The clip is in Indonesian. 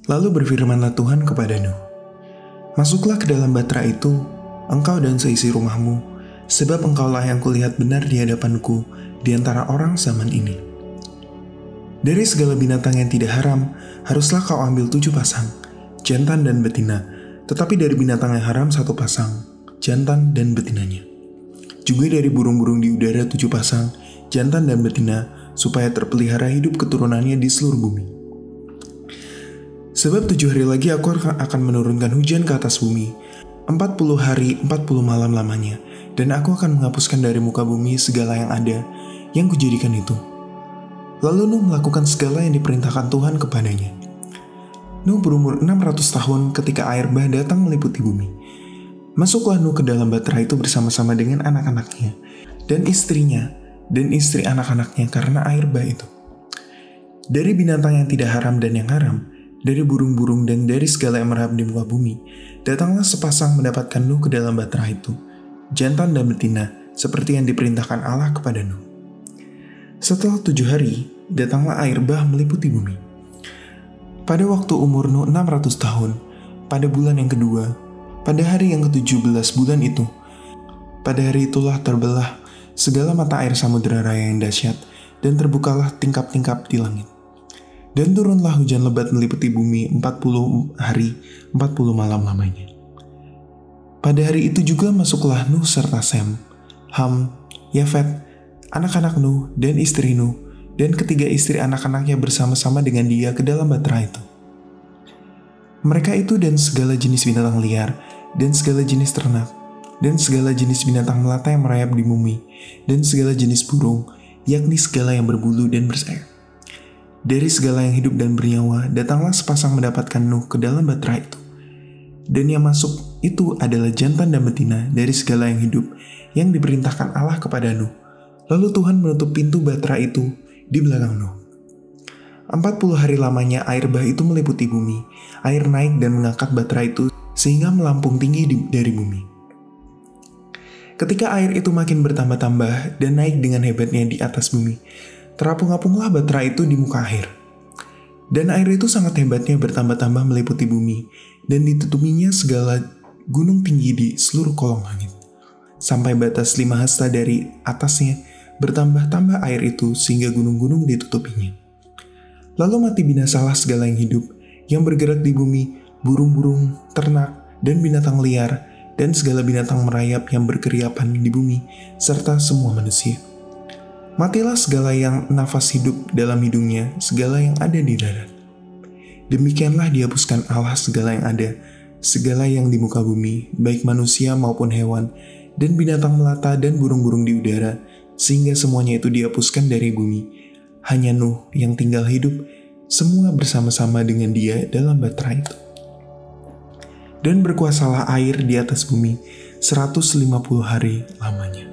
Lalu berfirmanlah Tuhan kepada Nuh, "Masuklah ke dalam batra itu, engkau dan seisi rumahmu, sebab engkaulah yang kulihat benar di hadapanku di antara orang zaman ini. Dari segala binatang yang tidak haram, haruslah kau ambil 7 pasang, jantan dan betina, tetapi dari binatang yang haram 1 pasang, jantan dan betinanya. Juga dari burung-burung di udara 7 pasang, jantan dan betina, supaya terpelihara hidup keturunannya di seluruh bumi. Sebab 7 hari lagi aku akan menurunkan hujan ke atas bumi, 40 hari 40 malam lamanya, dan aku akan menghapuskan dari muka bumi segala yang ada, yang kujadikan itu." Lalu Nuh melakukan segala yang diperintahkan Tuhan kepadanya. Nuh berumur 600 tahun ketika air bah datang meliputi bumi. Masuklah Nuh ke dalam batra itu bersama-sama dengan anak-anaknya, dan istrinya, dan istri anak-anaknya karena air bah itu. Dari binatang yang tidak haram dan yang haram, dari burung-burung dan dari segala yang merayap di muka bumi, datanglah sepasang mendapatkan Nuh ke dalam batra itu, jantan dan betina, seperti yang diperintahkan Allah kepada Nuh. Setelah 7 hari, datanglah air bah meliputi bumi. Pada waktu umur Nuh 600 tahun, pada bulan yang kedua, pada hari yang ke-17 bulan itu, pada hari itulah terbelah segala mata air samudera raya yang dahsyat, dan terbukalah tingkap-tingkap di langit. Dan turunlah hujan lebat meliputi bumi 40 hari 40 malam lamanya. Pada hari itu juga masuklah Nuh serta Sem, Ham, Yafet, anak-anak Nuh dan istri Nuh, dan ketiga istri anak-anaknya bersama-sama dengan dia ke dalam batra itu. Mereka itu dan segala jenis binatang liar, dan segala jenis ternak, dan segala jenis binatang melata yang merayap di bumi, dan segala jenis burung, yakni segala yang berbulu dan bersayap. Dari segala yang hidup dan bernyawa, datanglah sepasang mendapatkan Nuh ke dalam batra itu. Dan yang masuk itu adalah jantan dan betina dari segala yang hidup, yang diperintahkan Allah kepada Nuh. Lalu Tuhan menutup pintu batra itu di belakang Nuh. 40 hari lamanya air bah itu meliputi bumi. Air naik dan mengangkat batra itu sehingga melampung tinggi dari bumi. Ketika air itu makin bertambah-tambah dan naik dengan hebatnya di atas bumi, terapung-apunglah batra itu di muka air. Dan air itu sangat hebatnya bertambah-tambah meliputi bumi, dan ditutupinya segala gunung tinggi di seluruh kolong langit. Sampai batas 5 hasta dari atasnya bertambah-tambah air itu sehingga gunung-gunung ditutupinya. Lalu mati binasalah segala yang hidup, yang bergerak di bumi, burung-burung, ternak, dan binatang liar, dan segala binatang merayap yang berkeriapan di bumi, serta semua manusia. Matilah segala yang nafas hidup dalam hidungnya, segala yang ada di darat. Demikianlah dihapuskan Allah segala yang ada, segala yang di muka bumi, baik manusia maupun hewan, dan binatang melata dan burung-burung di udara, sehingga semuanya itu dihapuskan dari bumi. Hanya Nuh yang tinggal hidup, semua bersama-sama dengan dia dalam batra itu. Dan berkuasalah air di atas bumi 150 hari lamanya.